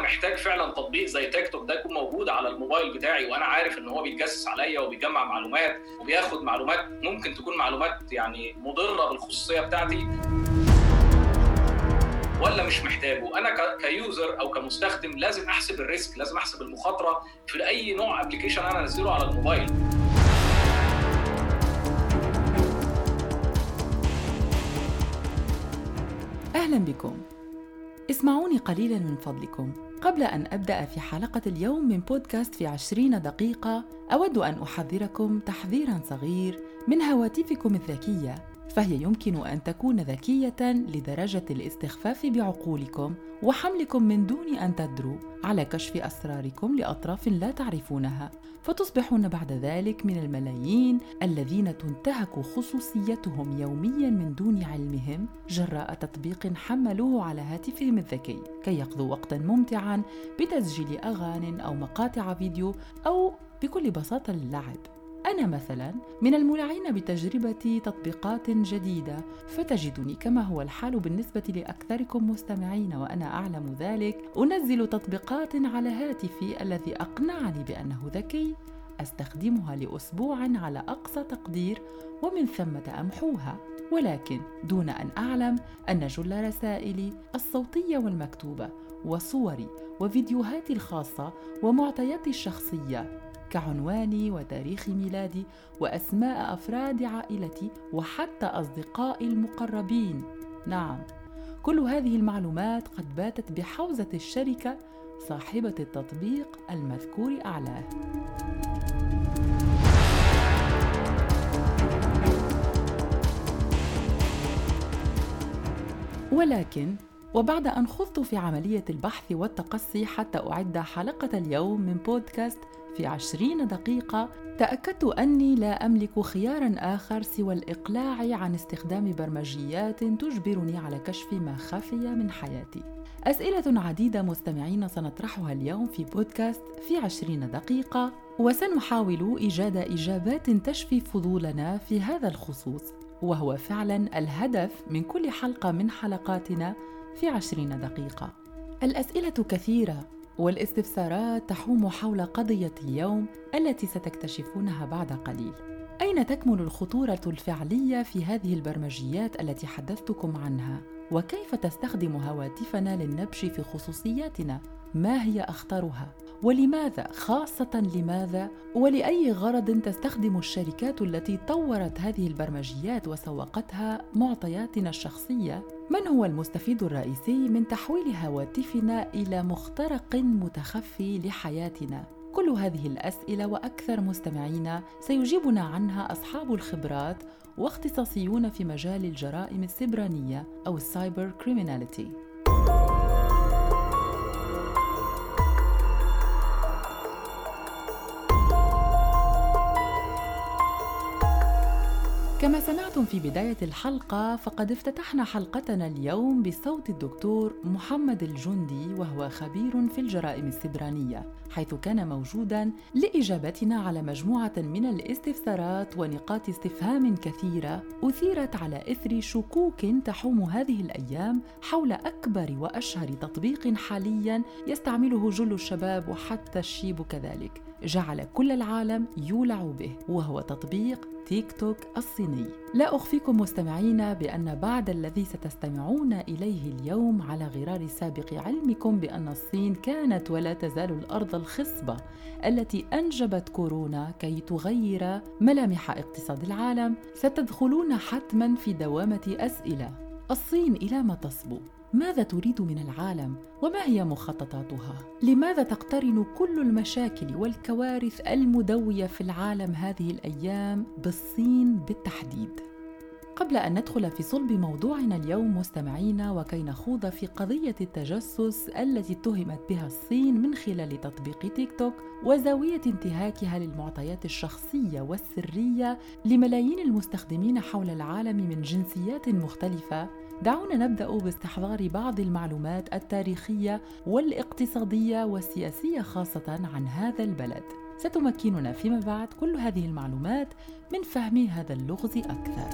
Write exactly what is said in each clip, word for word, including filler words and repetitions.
محتاج فعلا تطبيق زي تيك توك ده يكون موجود على الموبايل بتاعي، وانا عارف ان هو بيتجسس عليا وبيجمع معلومات وبياخد معلومات ممكن تكون معلومات يعني مضره بالخصوصيه بتاعتي، ولا مش محتاجه؟ انا كيوزر او كمستخدم لازم احسب الريسك، لازم احسب المخاطره في اي نوع ابلكيشن انا انزله على الموبايل. أهلا بكم. اسمعوني قليلا من فضلكم. قبل أن أبدأ في حلقة اليوم من بودكاست في عشرين دقيقة، أود أن أحذركم تحذيرا صغير من هواتفكم الذكية، فهي يمكن أن تكون ذكية لدرجة الاستخفاف بعقولكم وحملكم من دون أن تدروا على كشف أسراركم لأطراف لا تعرفونها، فتصبحون بعد ذلك من الملايين الذين تنتهك خصوصيتهم يومياً من دون علمهم جراء تطبيق حملوه على هاتفهم الذكي كي يقضوا وقتاً ممتعاً بتسجيل أغاني أو مقاطع فيديو أو بكل بساطة اللعب. أنا مثلاً من المولعين بتجربة تطبيقات جديدة، فتجدني كما هو الحال بالنسبة لأكثركم مستمعين وأنا أعلم ذلك، أنزل تطبيقات على هاتفي الذي أقنعني بأنه ذكي، أستخدمها لأسبوع على أقصى تقدير ومن ثم أمحوها، ولكن دون أن أعلم أن جل رسائلي الصوتية والمكتوبة وصوري وفيديوهاتي الخاصة ومعطياتي الشخصية كعنواني وتاريخ ميلادي وأسماء أفراد عائلتي وحتى أصدقائي المقربين، نعم، كل هذه المعلومات قد باتت بحوزة الشركة صاحبة التطبيق المذكور أعلاه. ولكن وبعد أن خضت في عملية البحث والتقصي حتى أعد حلقة اليوم من بودكاست في عشرين دقيقة، تأكدت أني لا أملك خياراً آخر سوى الإقلاع عن استخدام برمجيات تجبرني على كشف ما خفي من حياتي. أسئلة عديدة مستمعين سنطرحها اليوم في بودكاست في عشرين دقيقة، وسنحاول إيجاد إجابات تشفي فضولنا في هذا الخصوص، وهو فعلاً الهدف من كل حلقة من حلقاتنا في عشرين دقيقة. الأسئلة كثيرة والاستفسارات تحوم حول قضية اليوم التي ستكتشفونها بعد قليل. أين تكمن الخطورة الفعلية في هذه البرمجيات التي حدثتكم عنها؟ وكيف تستخدم هواتفنا للنبش في خصوصياتنا؟ ما هي أخطرها؟ ولماذا؟ خاصة لماذا؟ ولأي غرض تستخدم الشركات التي طورت هذه البرمجيات وسوقتها معطياتنا الشخصية؟ من هو المستفيد الرئيسي من تحويل هواتفنا إلى مخترق متخفي لحياتنا؟ كل هذه الأسئلة وأكثر مستمعين سيجيبنا عنها أصحاب الخبرات واختصاصيون في مجال الجرائم السيبرانية أو السايبر كريميناليتي. كما سمعتم في بداية الحلقة، فقد افتتحنا حلقتنا اليوم بصوت الدكتور محمد الجندي، وهو خبير في الجرائم السيبرانية، حيث كان موجوداً لإجابتنا على مجموعة من الاستفسارات ونقاط استفهام كثيرة أثيرت على إثر شكوك تحوم هذه الأيام حول أكبر وأشهر تطبيق حالياً يستعمله جل الشباب وحتى الشيب كذلك، جعل كل العالم يولع به، وهو تطبيق تيك توك الصيني. لا أخفيكم مستمعين بأن بعد الذي ستستمعون إليه اليوم على غرار سابق علمكم بأن الصين كانت ولا تزال الأرض الخصبة التي أنجبت كورونا كي تغير ملامح اقتصاد العالم، ستدخلون حتماً في دوامة أسئلة. الصين إلى ما تصبو؟ ماذا تريد من العالم؟ وما هي مخططاتها؟ لماذا تقترن كل المشاكل والكوارث المدوية في العالم هذه الأيام بالصين بالتحديد؟ قبل أن ندخل في صلب موضوعنا اليوم مستمعينا، وكي نخوض في قضية التجسس التي اتهمت بها الصين من خلال تطبيق تيك توك وزاوية انتهاكها للمعطيات الشخصية والسرية لملايين المستخدمين حول العالم من جنسيات مختلفة، دعونا نبدأ باستحضار بعض المعلومات التاريخية والاقتصادية والسياسية خاصة عن هذا البلد، ستمكننا فيما بعد كل هذه المعلومات من فهم هذا اللغز أكثر.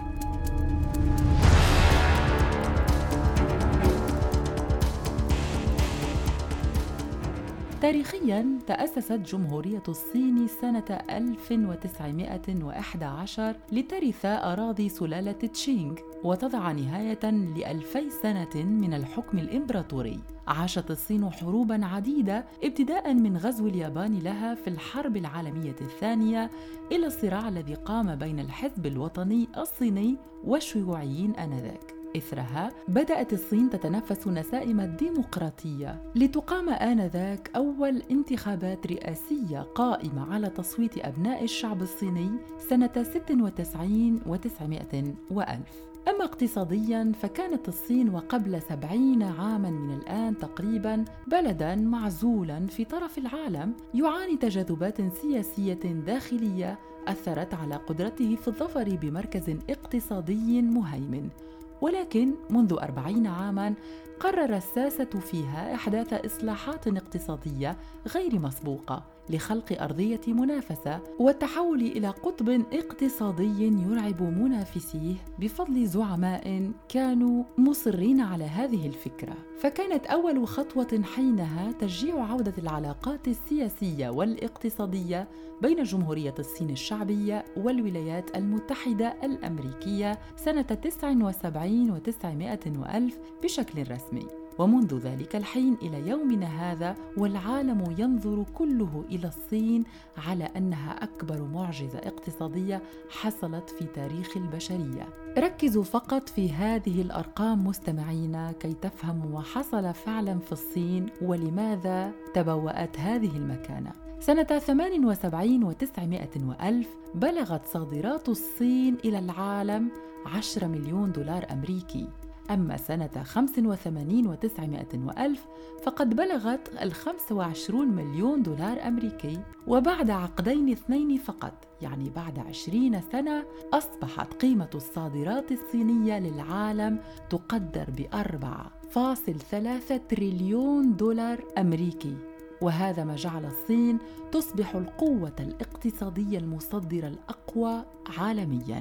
تاريخياً تأسست جمهورية الصين سنة ألف وتسعمائة وإحدى عشر لترث أراضي سلالة تشينغ وتضع نهاية لألفي سنة من الحكم الإمبراطوري. عاشت الصين حروباً عديدة ابتداءً من غزو اليابان لها في الحرب العالمية الثانية إلى الصراع الذي قام بين الحزب الوطني الصيني والشيوعيين آنذاك. إثرها بدأت الصين تتنفس نسائم الديمقراطية لتقام آنذاك أول انتخابات رئاسية قائمة على تصويت أبناء الشعب الصيني سنة ستة وتسعين وتسعمائة وألف. أما اقتصادياً فكانت الصين وقبل سبعين عاماً من الآن تقريباً بلداً معزولاً في طرف العالم يعاني تجاذبات سياسية داخلية أثرت على قدرته في الظفر بمركز اقتصادي مهيمن. ولكن منذ أربعين عاماً قرر الساسة فيها إحداث إصلاحات اقتصادية غير مسبوقة لخلق أرضية منافسة والتحول إلى قطب اقتصادي يرعب منافسيه بفضل زعماء كانوا مصرين على هذه الفكرة. فكانت أول خطوة حينها تشجيع عودة العلاقات السياسية والاقتصادية بين جمهورية الصين الشعبية والولايات المتحدة الأمريكية سنة تسعة وسبعين وتسعمائة وألف بشكل رسمي. ومنذ ذلك الحين إلى يومنا هذا والعالم ينظر كله إلى الصين على أنها أكبر معجزة اقتصادية حصلت في تاريخ البشرية. ركزوا فقط في هذه الأرقام مستمعينا كي تفهموا ما حصل فعلا في الصين ولماذا تبوأت هذه المكانة. سنة ثمانية وسبعين وتسعمائة وألف بلغت صادرات الصين إلى العالم عشرة مليون دولار أمريكي. أما سنة خمسة وثمانين وتسعمائة وألف فقد بلغت الخمسة وعشرون مليون دولار أمريكي. وبعد عقدين اثنين فقط يعني بعد عشرين سنة أصبحت قيمة الصادرات الصينية للعالم تقدر بأربعة فاصلة ثلاثة تريليون دولار أمريكي. وهذا ما جعل الصين تصبح القوة الاقتصادية المصدرة الأقوى عالمياً.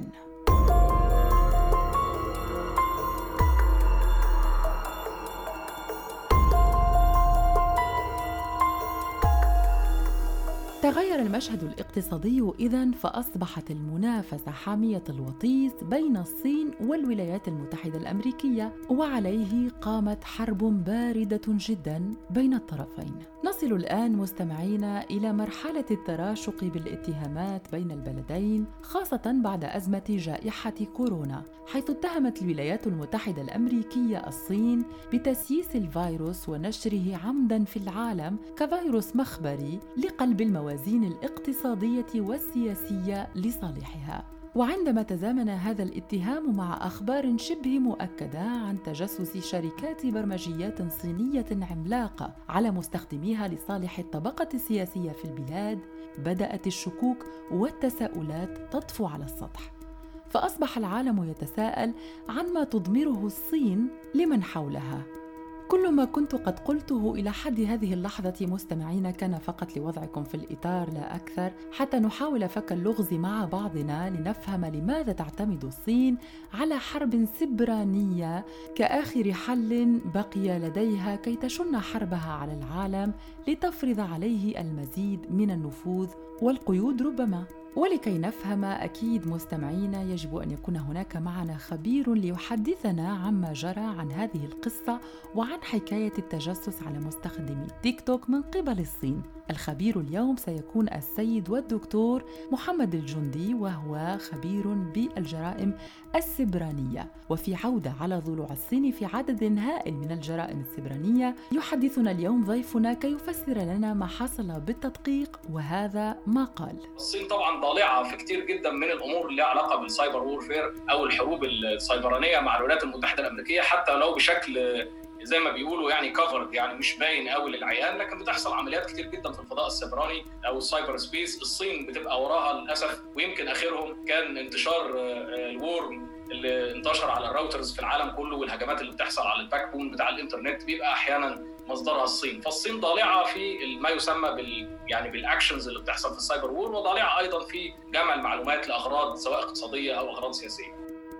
تغير المشهد الاقتصادي إذن فأصبحت المنافسة حامية الوطيس بين الصين والولايات المتحدة الأمريكية وعليه قامت حرب باردة جدا بين الطرفين. نصل الآن مستمعينا إلى مرحلة التراشق بالاتهامات بين البلدين خاصة بعد أزمة جائحة كورونا حيث اتهمت الولايات المتحدة الأمريكية الصين بتسييس الفيروس ونشره عمدا في العالم كفيروس مخبري لقلب الموازين الاقتصادية والسياسية لصالحها. وعندما تزامن هذا الاتهام مع أخبار شبه مؤكدة عن تجسس شركات برمجيات صينية عملاقة على مستخدميها لصالح الطبقة السياسية في البلاد بدأت الشكوك والتساؤلات تطفو على السطح. فأصبح العالم يتساءل عن ما تضمره الصين لمن حولها. كل ما كنت قد قلته إلى حد هذه اللحظة مستمعين كان فقط لوضعكم في الإطار لا أكثر حتى نحاول فك اللغز مع بعضنا لنفهم لماذا تعتمد الصين على حرب سبرانية كآخر حل بقي لديها كي تشن حربها على العالم لتفرض عليه المزيد من النفوذ والقيود ربما. ولكي نفهم أكيد مستمعينا يجب أن يكون هناك معنا خبير ليحدثنا عما جرى عن هذه القصة وعن حكاية التجسس على مستخدمي تيك توك من قبل الصين. الخبير اليوم سيكون السيد والدكتور محمد الجندي وهو خبير بالجرائم السبرانية. وفي عودة على ضلوع الصين في عدد هائل من الجرائم السبرانية يحدثنا اليوم ضيفنا كي يفسر لنا ما حصل بالتدقيق وهذا ما قال. الصين طبعا ضالعة في كتير جدا من الأمور اللي لها علاقة بالسايبر وورفير أو الحروب السيبرانية مع الولايات المتحدة الأمريكية حتى لو بشكل زي ما بيقولوا يعني كفرد يعني مش باين قوي للعيان لكن بتحصل عمليات كتير جدا في الفضاء السيبراني او السايبر سبيس. الصين بتبقى وراها للاسف ويمكن اخرهم كان انتشار الورم اللي انتشر على الراوترز في العالم كله والهجمات اللي بتحصل على الباك بون بتاع الانترنت بيبقى احيانا مصدرها الصين. فالصين ضالعه في ما يسمى بال يعني بالاكشنز اللي بتحصل في السايبر وور وضالعه ايضا في جمع المعلومات لاغراض سواء اقتصاديه او اغراض سياسيه.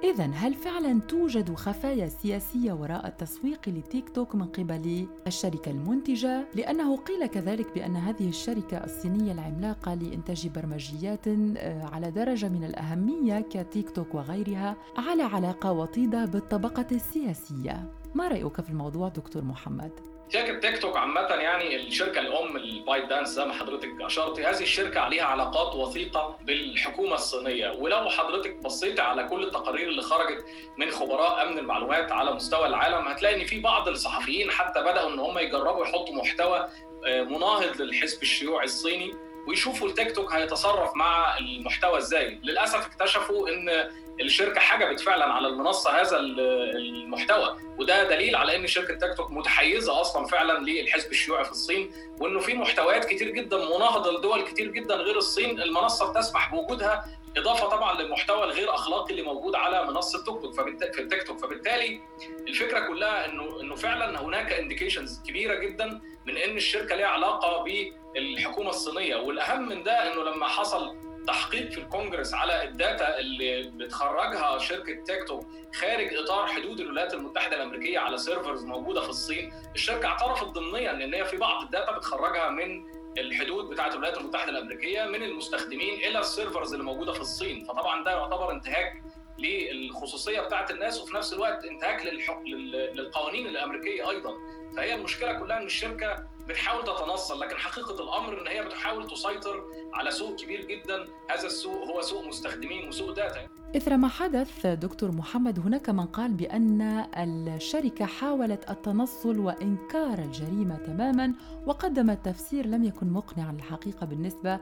إذن هل فعلاً توجد خفايا سياسية وراء التسويق لتيك توك من قبل الشركة المنتجة؟ لأنه قيل كذلك بأن هذه الشركة الصينية العملاقة لإنتاج برمجيات على درجة من الأهمية كتيك توك وغيرها على علاقة وطيدة بالطبقة السياسية. ما رأيك في الموضوع دكتور محمد؟ شركة تيك توك عامة يعني الشركة الأم البايت دانس زي ما حضرتك أشرتي، هذه الشركة عليها علاقات وثيقة بالحكومة الصينية. ولو حضرتك بصيتي على كل التقارير اللي خرجت من خبراء أمن المعلومات على مستوى العالم هتلاقي إن في بعض الصحفيين حتى بدأوا إن هم يجربوا يحطوا محتوى مناهض للحزب الشيوعي الصيني ويشوفوا التيك توك هيتصرف مع المحتوى إزاي. للأسف اكتشفوا إن الشركة حجبت فعلا على المنصة هذا المحتوى، وده دليل على ان شركة تيك توك متحيزة اصلا فعلا للحزب الشيوعي في الصين، وانه في محتويات كتير جدا مناهضة لدول كتير جدا غير الصين المنصة بتسمح بوجودها، اضافة طبعا للمحتوى الغير اخلاقي اللي موجود على منصة تيك توك في التيك توك. فبالتالي الفكرة كلها انه انه فعلا هناك انديكيشنز كبيرة جدا من ان الشركة ليها علاقة بالحكومة الصينية. والاهم من ده انه لما حصل تحقيق في الكونجرس على الداتا اللي بتخرجها شركة تيك توك خارج إطار حدود الولايات المتحدة الأمريكية على سيرفرز موجودة في الصين، الشركة اعترفت ضمنيا إن هي في بعض الداتا بتخرجها من الحدود بتاعة الولايات المتحدة الأمريكية من المستخدمين إلى السيرفرز اللي موجودة في الصين. فطبعا ده يعتبر انتهاك للخصوصية بتاعة الناس وفي نفس الوقت انتهاك للقوانين الأمريكية أيضا. فهي المشكلة كلها إن الشركة بتحاول تتنصل، لكن حقيقة الأمر إن هي بتحاول تسيطر على سوق كبير جدا. هذا السوق هو سوق مستخدمين وسوق داتا. إثر ما حدث دكتور محمد، هناك من قال بأن الشركة حاولت التنصل وإنكار الجريمة تماما وقدمت تفسير لم يكن مقنعا الحقيقة بالنسبة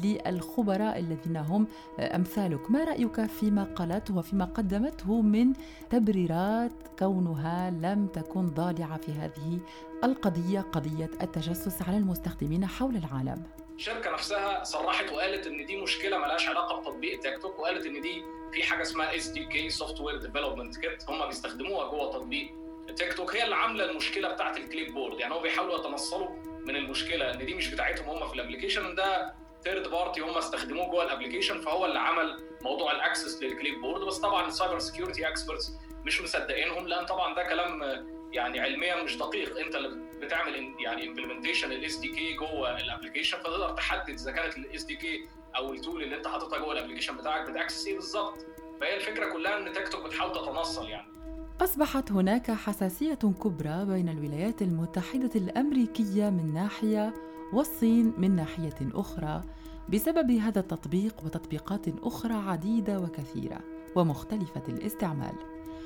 للخبراء الذين هم أمثالك. ما رأيك فيما قالته وفيما قدمته من تبريرات كونها لم تكن ضالعة في هذه القضية، قضية التجسس على المستخدمين حول العالم؟ الشركة نفسها صرحت وقالت إن دي مشكلة ملهاش علاقة بتطبيق تيك توك، وقالت إن دي في حاجة اسمها إس دي كي Software Development Kit هم بيستخدموها جوه تطبيق تيك توك، هي اللي عاملة المشكلة بتاعة الكليب بورد. يعني هم بيحاولوا يتنصلوا من المشكلة إن دي مش بتاعتهم هم في الابليكيشن، ده ثيرد بارتي هم استخدموه جوه الابليكيشن، فهو اللي عمل موضوع الاكسس للكليب بورد. بس طبعا السايبر سكيورتي اكسبرتس مش مصدقينهم، لان طبعا ده كلام يعني علميا مش دقيق. انت اللي بتعمل يعني امبلمنتيشن الاس دي كي جوه الابلكيشن، فتقدر تحدد اذا كانت الاس دي كي او التول اللي انت حاططها جوه الابلكيشن بتاعك بتاكسس ايه بالظبط. فهي الفكره كلها ان تيك توك بتحاول تتنصل. يعني أصبحت هناك حساسية كبرى بين الولايات المتحدة الأمريكية من ناحية والصين من ناحية أخرى بسبب هذا التطبيق وتطبيقات أخرى عديدة وكثيرة ومختلفة الاستعمال.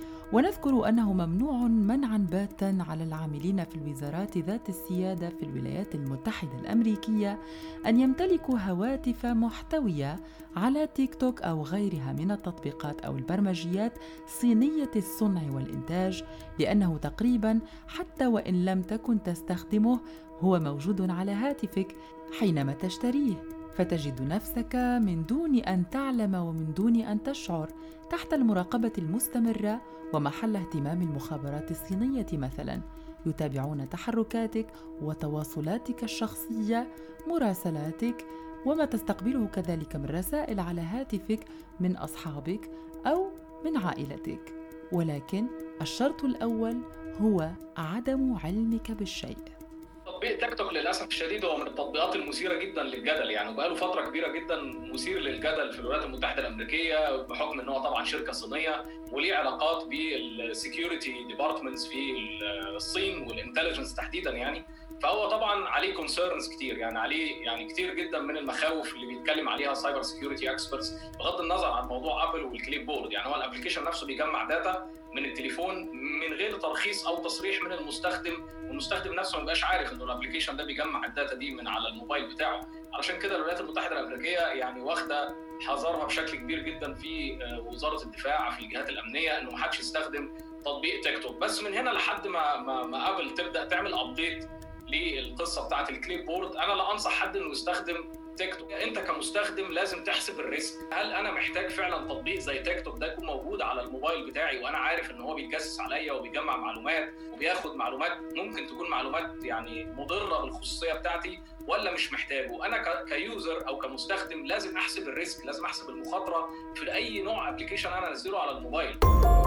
ونذكر أنه ممنوع منعاً باتا على العاملين في الوزارات ذات السيادة في الولايات المتحدة الأمريكية أن يمتلكوا هواتف محتوية على تيك توك أو غيرها من التطبيقات أو البرمجيات صينية الصنع والإنتاج، لأنه تقريباً حتى وإن لم تكن تستخدمه هو موجود على هاتفك حينما تشتريه، فتجد نفسك من دون أن تعلم ومن دون أن تشعر تحت المراقبة المستمرة ومحل اهتمام المخابرات الصينية مثلاً، يتابعون تحركاتك وتواصلاتك الشخصية، مراسلاتك، وما تستقبله كذلك من رسائل على هاتفك من أصحابك أو من عائلتك. ولكن الشرط الأول هو عدم علمك بالشيء. تطبيق تيك توك للاسف الشديد هو من التطبيقات المثيره جدا للجدل، يعني وبقاله فتره كبيره جدا مثير للجدل في الولايات المتحده الامريكيه بحكم ان هو طبعا شركه صينيه وليه علاقات بالسكيورتي ديبارتمنتس في الصين والانتليجنس تحديدا. يعني فهو طبعا عليه كونسيرنز كتير، يعني عليه يعني كتير جدا من المخاوف اللي بيتكلم عليها سايبر سكيورتي اكسبرتس بغض النظر عن موضوع ابل والكليب بورد. يعني هو الابلكيشن نفسه بيجمع داتا من التليفون من غير ترخيص او تصريح من المستخدم، والمستخدم نفسه ما بيبقاش عارف انه الابلكيشن ده بيجمع الداتا دي من على الموبايل بتاعه. علشان كده الولايات المتحده الامريكيه يعني واخده حذرها بشكل كبير جدا في وزاره الدفاع في الجهات الامنيه انه ما حدش يستخدم تطبيق تيك توك. بس من هنا لحد ما ما, ما ابل تبدا تعمل ابديت للقصه بتاعه الكليب بورد، انا لا انصح حد انه يستخدم تيك توك، انت كمستخدم لازم تحسب الريسك. هل انا محتاج فعلا تطبيق زي تيك توك ده يكون موجود على الموبايل بتاعي وانا عارف ان هو بيتجسس عليا وبيجمع معلومات وبياخد معلومات ممكن تكون معلومات يعني مضره بالخصوصيه بتاعتي، ولا مش محتاجه؟ انا كيوزر او كمستخدم لازم احسب الريسك، لازم احسب المخاطره في اي نوع ابلكيشن انا انزله على الموبايل.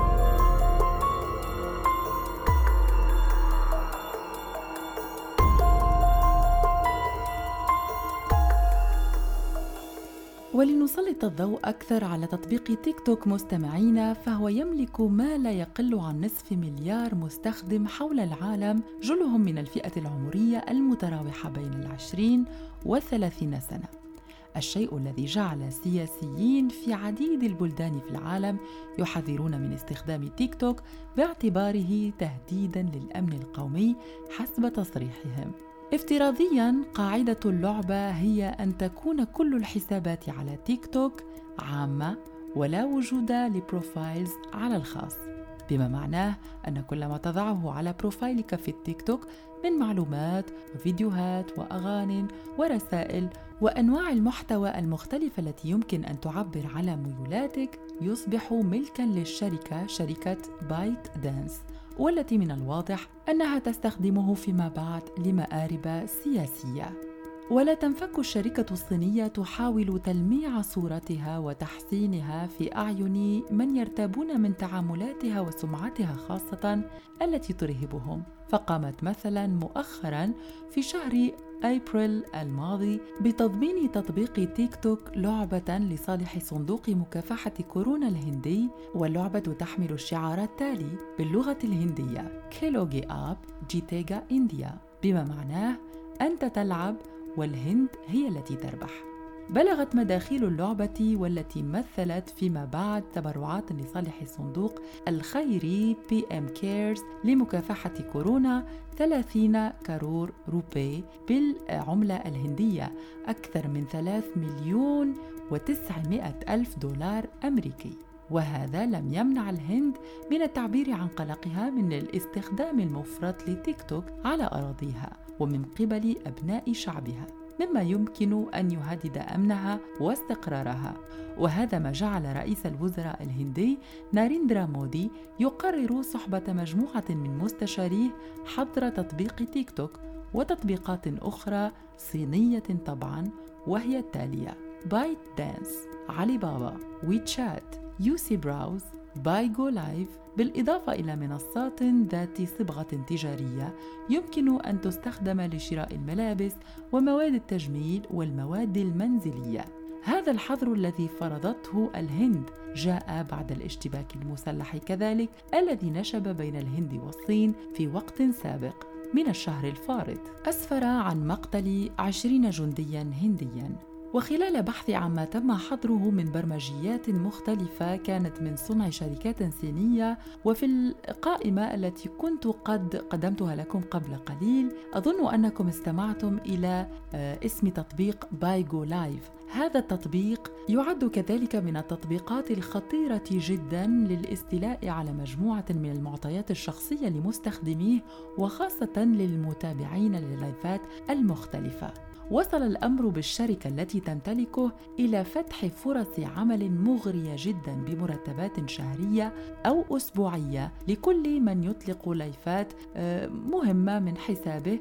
ولنسلط الضوء أكثر على تطبيق تيك توك مستمعينا، فهو يملك ما لا يقل عن نصف مليار مستخدم حول العالم، جلهم من الفئة العمرية المتراوحة بين العشرين والثلاثين سنة، الشيء الذي جعل سياسيين في عديد البلدان في العالم يحذرون من استخدام تيك توك باعتباره تهديداً للأمن القومي حسب تصريحهم. افتراضياً قاعدة اللعبة هي أن تكون كل الحسابات على تيك توك عامة ولا وجود لبروفايلز على الخاص، بما معناه أن كل ما تضعه على بروفايلك في التيك توك من معلومات وفيديوهات وأغاني ورسائل وأنواع المحتوى المختلفة التي يمكن أن تعبر على ميولاتك يصبح ملكاً للشركة شركة بايت دانس، والتي من الواضح أنها تستخدمه فيما بعد لمآرب سياسية. ولا تنفك الشركة الصينية تحاول تلميع صورتها وتحسينها في أعين من يرتابون من تعاملاتها وسمعتها خاصة التي ترهبهم، فقامت مثلا مؤخرا في شهر أبريل الماضي بتضمين تطبيق تيك توك لعبة لصالح صندوق مكافحة كورونا الهندي، واللعبة تحمل الشعار التالي باللغة الهندية: كيلوغي آب جيتيغا إنديا، بما معناه أنت تلعب والهند هي التي تربح. بلغت مداخيل اللعبة والتي مثلت فيما بعد تبرعات لصالح الصندوق الخيري بي إم كيرز لمكافحة كورونا ثلاثين كرور روبي بالعملة الهندية، أكثر من ثلاثة مليون وتسعمائة ألف دولار أمريكي. وهذا لم يمنع الهند من التعبير عن قلقها من الاستخدام المفرط لتيك توك على أراضيها ومن قبل أبناء شعبها، مما يمكن أن يهدد أمنها واستقرارها. وهذا ما جعل رئيس الوزراء الهندي ناريندرا مودي يقرر صحبة مجموعة من مستشاريه حظر تطبيق تيك توك وتطبيقات أخرى صينية طبعاً، وهي التالية: بايت دانس، علي بابا، ويتشات، يوسي براوز، بايجو لايف، بالإضافة إلى منصات ذات صبغة تجارية يمكن أن تستخدم لشراء الملابس ومواد التجميل والمواد المنزلية. هذا الحظر الذي فرضته الهند جاء بعد الاشتباك المسلح كذلك الذي نشب بين الهند والصين في وقت سابق من الشهر الفارط، أسفر عن مقتل عشرين جندياً هندياً. وخلال بحث عما تم حظره من برمجيات مختلفة كانت من صنع شركات صينية، وفي القائمة التي كنت قد قدمتها لكم قبل قليل أظن أنكم استمعتم إلى اسم تطبيق بايجو لايف. هذا التطبيق يعد كذلك من التطبيقات الخطيرة جداً للاستيلاء على مجموعة من المعطيات الشخصية لمستخدميه وخاصة للمتابعين لللايفات المختلفة. وصل الأمر بالشركة التي تمتلكه إلى فتح فرص عمل مغرية جداً بمرتبات شهرية أو أسبوعية لكل من يطلق لايفات مهمة من حسابه،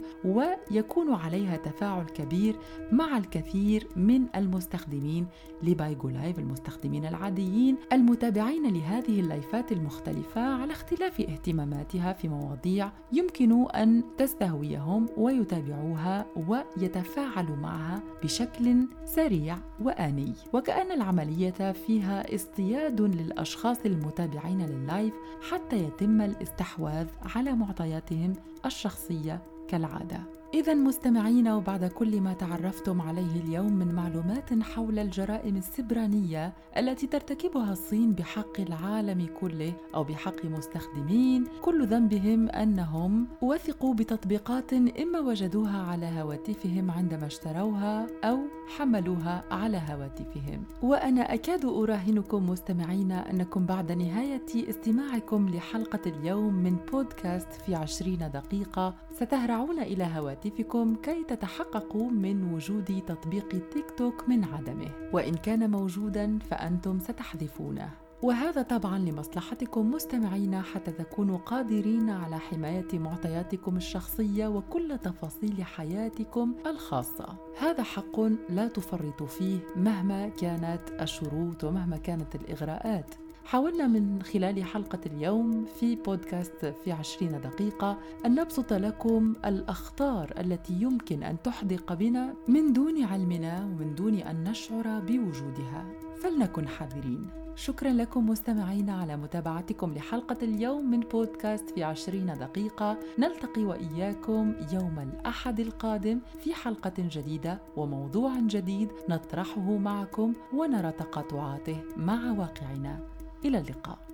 ويكون عليها تفاعل كبير مع الكثير من المستخدمين لبايجو لايف، المستخدمين العاديين المتابعين لهذه اللايفات المختلفة على اختلاف اهتماماتها في مواضيع يمكن أن تستهويهم ويتابعوها ويتفاعلوا معها بشكل سريع وآني، وكأن العملية فيها اصطياد للأشخاص المتابعين لللايف حتى يتم الاستحواذ على معطياتهم الشخصية كالعادة. إذا مستمعين، وبعد كل ما تعرفتم عليه اليوم من معلومات حول الجرائم السبرانية التي ترتكبها الصين بحق العالم كله أو بحق مستخدمين كل ذنبهم أنهم وثقوا بتطبيقات إما وجدوها على هواتفهم عندما اشتروها أو حملوها على هواتفهم، وأنا أكاد أراهنكم مستمعين أنكم بعد نهاية استماعكم لحلقة اليوم من بودكاست في عشرين دقيقة ستهرعون إلى هواتفكم كي تتحققوا من وجود تطبيق تيك توك من عدمه، وإن كان موجوداً فأنتم ستحذفونه، وهذا طبعاً لمصلحتكم مستمعين حتى تكونوا قادرين على حماية معطياتكم الشخصية وكل تفاصيل حياتكم الخاصة. هذا حق لا تفرطوا فيه مهما كانت الشروط ومهما كانت الإغراءات. حاولنا من خلال حلقة اليوم في بودكاست في عشرين دقيقة أن نبسط لكم الأخطار التي يمكن أن تحدق بنا من دون علمنا ومن دون أن نشعر بوجودها، فلنكن حذرين. شكرا لكم مستمعين على متابعتكم لحلقة اليوم من بودكاست في عشرين دقيقة. نلتقي وإياكم يوم الأحد القادم في حلقة جديدة وموضوع جديد نطرحه معكم ونرى تقاطعاته مع واقعنا. إلى اللقاء.